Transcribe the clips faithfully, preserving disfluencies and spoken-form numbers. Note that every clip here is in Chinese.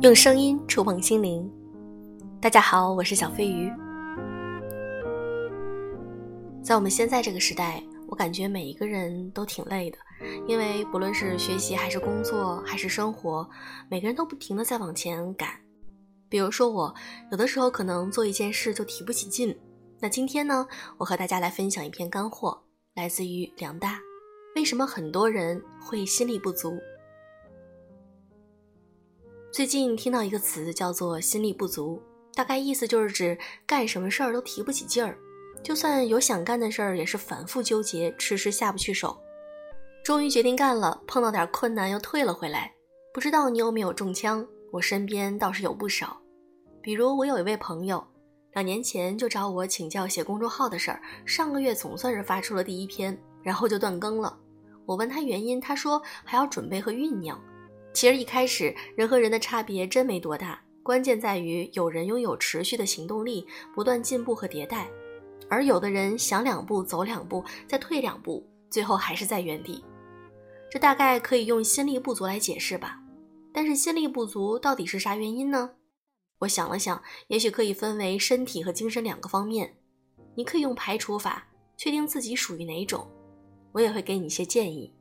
用声音触碰心灵。大家好，我是小飞鱼。在我们现在这个时代，我感觉每一个人都挺累的，因为不论是学习还是工作还是生活，每个人都不停地在往前赶。比如说我，有的时候可能做一件事就提不起劲。那今天呢，我和大家来分享一篇干货，来自于梁大。为什么很多人会心力不足？最近听到一个词叫做心力不足，大概意思就是指干什么事儿都提不起劲儿，就算有想干的事儿也是反复纠结，迟迟下不去手。终于决定干了，碰到点困难又退了回来。不知道你有没有中枪？我身边倒是有不少。比如我有一位朋友，两年前就找我请教写公众号的事儿，上个月总算是发出了第一篇，然后就断更了。我问他原因，他说还要准备和酝酿。其实一开始人和人的差别真没多大，关键在于有人拥有持续的行动力，不断进步和迭代，而有的人想两步走两步，再退两步，最后还是在原地。这大概可以用心力不足来解释吧。但是心力不足到底是啥原因呢？我想了想，也许可以分为身体和精神两个方面。你可以用排除法确定自己属于哪种，我也会给你一些建议。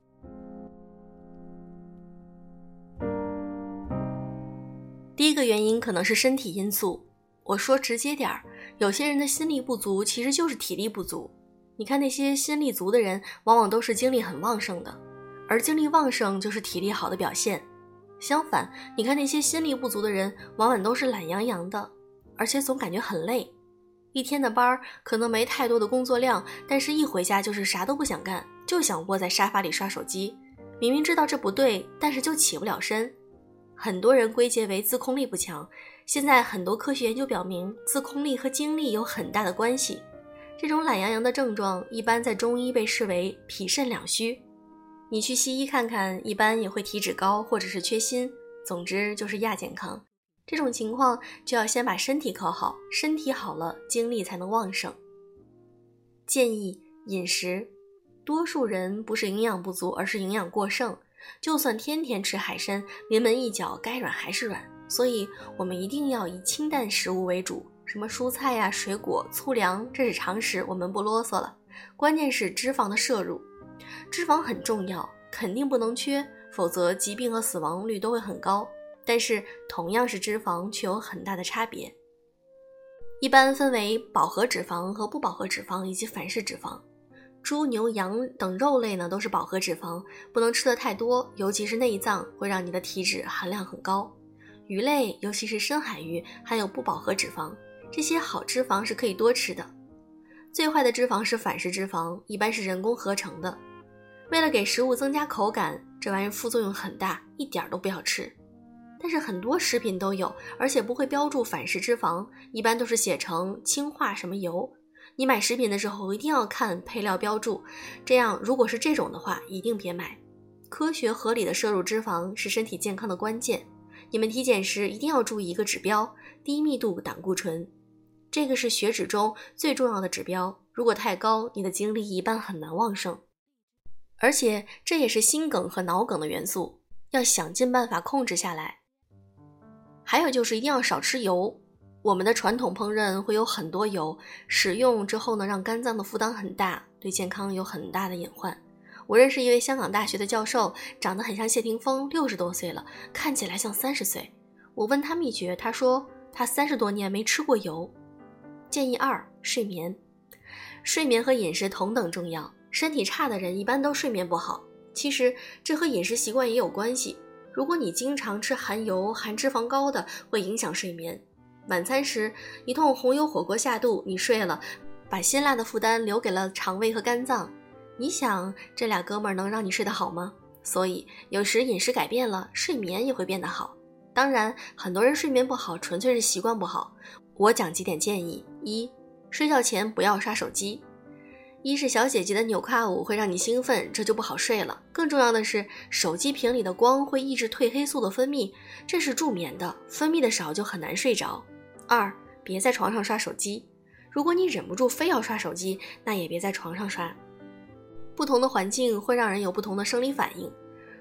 第一个原因可能是身体因素。我说直接点儿，有些人的心力不足其实就是体力不足。你看那些心力足的人，往往都是精力很旺盛的，而精力旺盛就是体力好的表现。相反，你看那些心力不足的人，往往都是懒洋洋的，而且总感觉很累。一天的班可能没太多的工作量，但是一回家就是啥都不想干，就想窝在沙发里刷手机。明明知道这不对，但是就起不了身。很多人归结为自控力不强，现在很多科学研究表明，自控力和精力有很大的关系。这种懒洋洋的症状一般在中医被视为脾肾两虚。你去西医看看，一般也会体脂高或者是缺锌，总之就是亚健康。这种情况就要先把身体靠好，身体好了，精力才能旺盛。建议饮食，多数人不是营养不足，而是营养过剩。就算天天吃海参，临门一脚该软还是软，所以我们一定要以清淡食物为主，什么蔬菜呀、水果、粗粮，这是常识，我们不啰嗦了。关键是脂肪的摄入，脂肪很重要，肯定不能缺，否则疾病和死亡率都会很高。但是同样是脂肪，却有很大的差别。一般分为饱和脂肪和不饱和脂肪以及反式脂肪。猪、牛、羊等肉类呢都是饱和脂肪，不能吃得太多，尤其是内脏会让你的体脂含量很高。鱼类，尤其是深海鱼，含有不饱和脂肪，这些好脂肪是可以多吃的。最坏的脂肪是反式脂肪，一般是人工合成的。为了给食物增加口感，这玩意副作用很大，一点都不要吃。但是很多食品都有，而且不会标注反式脂肪，一般都是写成氢化什么油。你买食品的时候一定要看配料标注，这样如果是这种的话一定别买。科学合理的摄入脂肪是身体健康的关键。你们体检时一定要注意一个指标，低密度胆固醇，这个是血脂中最重要的指标，如果太高，你的精力一般很难旺盛。而且这也是心梗和脑梗的元素，要想尽办法控制下来。还有就是一定要少吃油。我们的传统烹饪会有很多油，使用之后呢，让肝脏的负担很大，对健康有很大的隐患。我认识一位香港大学的教授，长得很像谢霆锋，六十多岁了，看起来像三十岁。我问他秘诀，他说他三十多年没吃过油。建议二，睡眠。睡眠和饮食同等重要，身体差的人一般都睡眠不好。其实这和饮食习惯也有关系。如果你经常吃含油、含脂肪高的，会影响睡眠。晚餐时一通红油火锅下肚，你睡了，把辛辣的负担留给了肠胃和肝脏，你想这俩哥们儿能让你睡得好吗？所以有时饮食改变了，睡眠也会变得好。当然很多人睡眠不好纯粹是习惯不好，我讲几点建议。一，睡觉前不要刷手机。一是小姐姐的纽卡舞会让你兴奋，这就不好睡了。更重要的是，手机屏里的光会抑制褪黑素的分泌，这是助眠的，分泌的少就很难睡着。二，别在床上刷手机。如果你忍不住非要刷手机，那也别在床上刷。不同的环境会让人有不同的生理反应。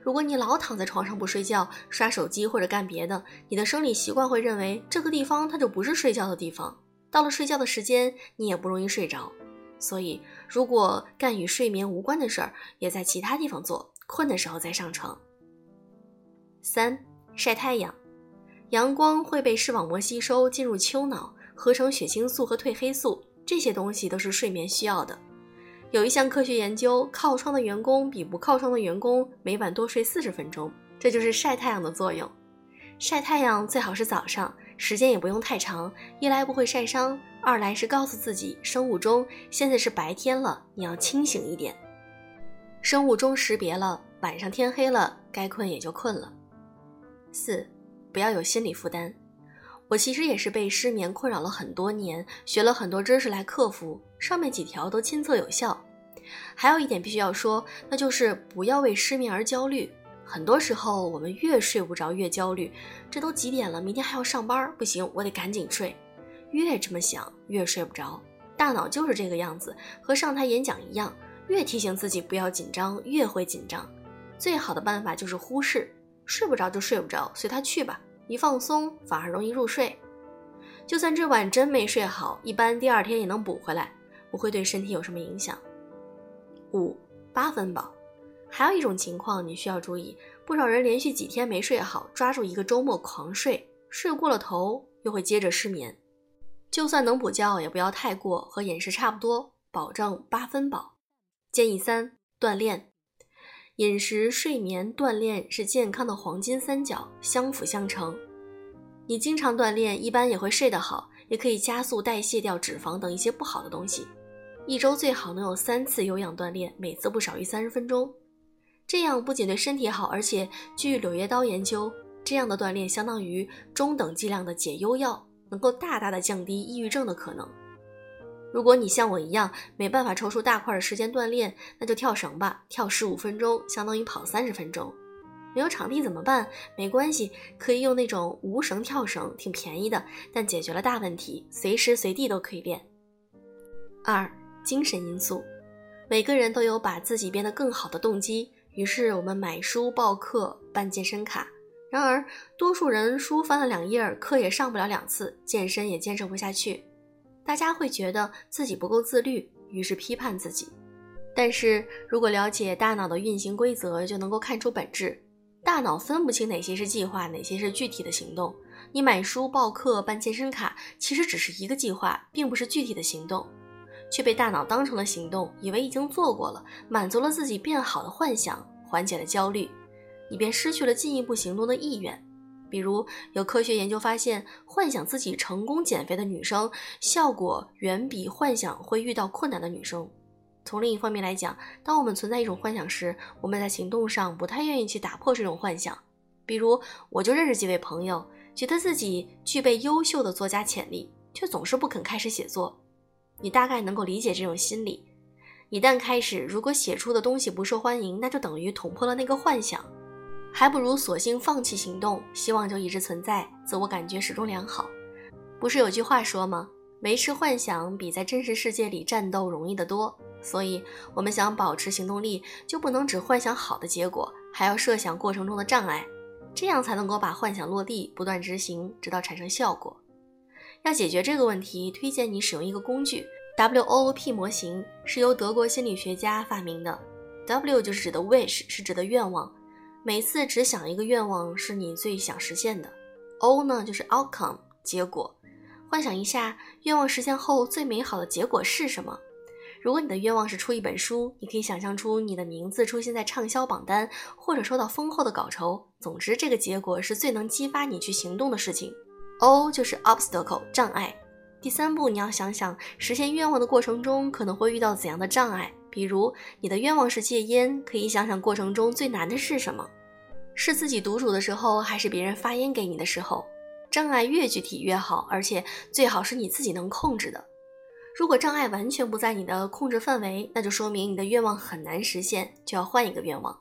如果你老躺在床上不睡觉，刷手机或者干别的，你的生理习惯会认为这个地方它就不是睡觉的地方，到了睡觉的时间，你也不容易睡着。所以如果干与睡眠无关的事儿，也在其他地方做，困的时候再上床。三、晒太阳。阳光会被视网膜吸收，进入丘脑，合成血清素和褪黑素，这些东西都是睡眠需要的。有一项科学研究，靠窗的员工比不靠窗的员工每晚多睡四十分钟，这就是晒太阳的作用。晒太阳最好是早上，时间也不用太长，一来不会晒伤，二来是告诉自己生物钟现在是白天了，你要清醒一点。生物钟识别了，晚上天黑了，该困也就困了。四、不要有心理负担。我其实也是被失眠困扰了很多年，学了很多知识来克服，上面几条都亲测有效。还有一点必须要说，那就是不要为失眠而焦虑。很多时候我们越睡不着越焦虑，这都几点了，明天还要上班，不行，我得赶紧睡。越这么想越睡不着，大脑就是这个样子，和上台演讲一样，越提醒自己不要紧张越会紧张。最好的办法就是忽视，睡不着就睡不着，随它去吧，一放松反而容易入睡。就算这晚真没睡好，一般第二天也能补回来，不会对身体有什么影响。五、八分饱。还有一种情况你需要注意，不少人连续几天没睡好，抓住一个周末狂睡，睡过了头又会接着失眠。就算能补觉也不要太过，和饮食差不多，保证八分饱。建议三、锻炼。饮食、睡眠、锻炼是健康的黄金三角，相辅相成。你经常锻炼，一般也会睡得好，也可以加速代谢掉脂肪等一些不好的东西。一周最好能有三次有氧锻炼，每次不少于三十分钟。这样不仅对身体好，而且据柳叶刀研究，这样的锻炼相当于中等剂量的解忧药，能够大大的降低抑郁症的可能。如果你像我一样没办法抽出大块的时间锻炼，那就跳绳吧，跳十五分钟相当于跑三十分钟。没有场地怎么办？没关系，可以用那种无绳跳绳，挺便宜的，但解决了大问题，随时随地都可以练。二、精神因素。每个人都有把自己变得更好的动机，于是我们买书、报课、办健身卡。然而多数人书翻了两页，课也上不了两次，健身也坚持不下去。大家会觉得自己不够自律，于是批判自己。但是如果了解大脑的运行规则，就能够看出本质。大脑分不清哪些是计划，哪些是具体的行动。你买书、报课、办健身卡，其实只是一个计划，并不是具体的行动，却被大脑当成了行动，以为已经做过了，满足了自己变好的幻想，缓解了焦虑，你便失去了进一步行动的意愿。比如有科学研究发现，幻想自己成功减肥的女生，效果远比幻想会遇到困难的女生。从另一方面来讲，当我们存在一种幻想时，我们在行动上不太愿意去打破这种幻想。比如我就认识几位朋友，觉得自己具备优秀的作家潜力，却总是不肯开始写作。你大概能够理解这种心理。一旦开始，如果写出的东西不受欢迎，那就等于捅破了那个幻想，还不如索性放弃行动，希望就一直存在，自我感觉始终良好。不是有句话说吗？维持幻想比在真实世界里战斗容易得多。所以我们想保持行动力，就不能只幻想好的结果，还要设想过程中的障碍，这样才能够把幻想落地，不断执行，直到产生效果。要解决这个问题，推荐你使用一个工具 W O O P 模型，是由德国心理学家发明的。 W 就是指的 wish， 是指的愿望，每次只想一个愿望是你最想实现的。 O 呢就是 outcome， 结果。幻想一下愿望实现后最美好的结果是什么。如果你的愿望是出一本书，你可以想象出你的名字出现在畅销榜单，或者收到丰厚的稿酬。总之这个结果是最能激发你去行动的事情。 O 就是 obstacle， 障碍。第三步，你要想想实现愿望的过程中可能会遇到怎样的障碍。比如你的愿望是戒烟，可以想想过程中最难的是什么，是自己独处的时候，还是别人发烟给你的时候。障碍越具体越好，而且最好是你自己能控制的。如果障碍完全不在你的控制范围，那就说明你的愿望很难实现，就要换一个愿望。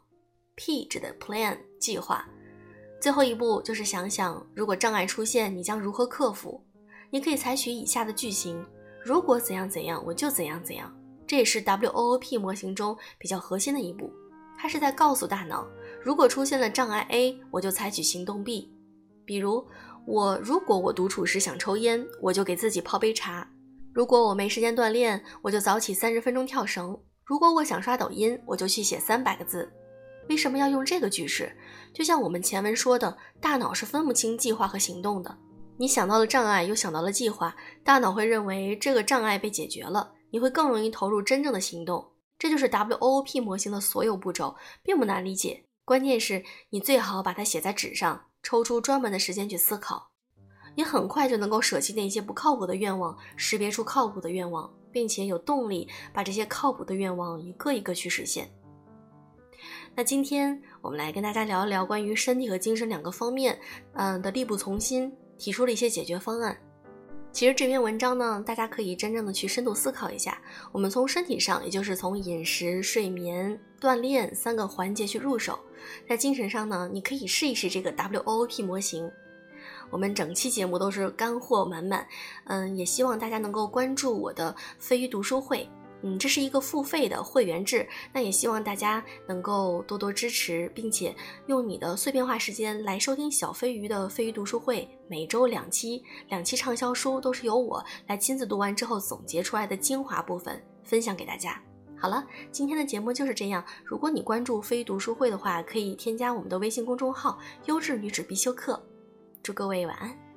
P 指的 plan， 计划。最后一步就是想想，如果障碍出现，你将如何克服。你可以采取以下的句型：如果怎样怎样，我就怎样怎样。这也是 W O O P 模型中比较核心的一步，它是在告诉大脑， 如果出现了障碍 A， 我就采取行动 B。比如，我如果我独处时想抽烟，我就给自己泡杯茶；如果我没时间锻炼，我就早起三十分钟跳绳；如果我想刷抖音，我就去写三百个字。为什么要用这个句式？就像我们前文说的，大脑是分不清计划和行动的。你想到了障碍，又想到了计划，大脑会认为这个障碍被解决了，你会更容易投入真正的行动。这就是 W O O P 模型的所有步骤，并不难理解。关键是你最好把它写在纸上，抽出专门的时间去思考。你很快就能够舍弃那些不靠谱的愿望，识别出靠谱的愿望，并且有动力把这些靠谱的愿望一个一个去实现。那今天我们来跟大家聊一聊关于身体和精神两个方面嗯的力不从心，提出了一些解决方案。其实这篇文章呢，大家可以真正的去深度思考一下。我们从身体上，也就是从饮食、睡眠、锻炼三个环节去入手。在精神上呢，你可以试一试这个 W O O P 模型。我们整期节目都是干货满满，嗯，也希望大家能够关注我的飞鱼读书会。嗯，这是一个付费的会员制，那也希望大家能够多多支持，并且用你的碎片化时间来收听小飞鱼的飞鱼读书会，每周两期，两期畅销书都是由我来亲自读完之后总结出来的精华部分分享给大家。好了，今天的节目就是这样。如果你关注飞鱼读书会的话，可以添加我们的微信公众号优质女子必修课。祝各位晚安。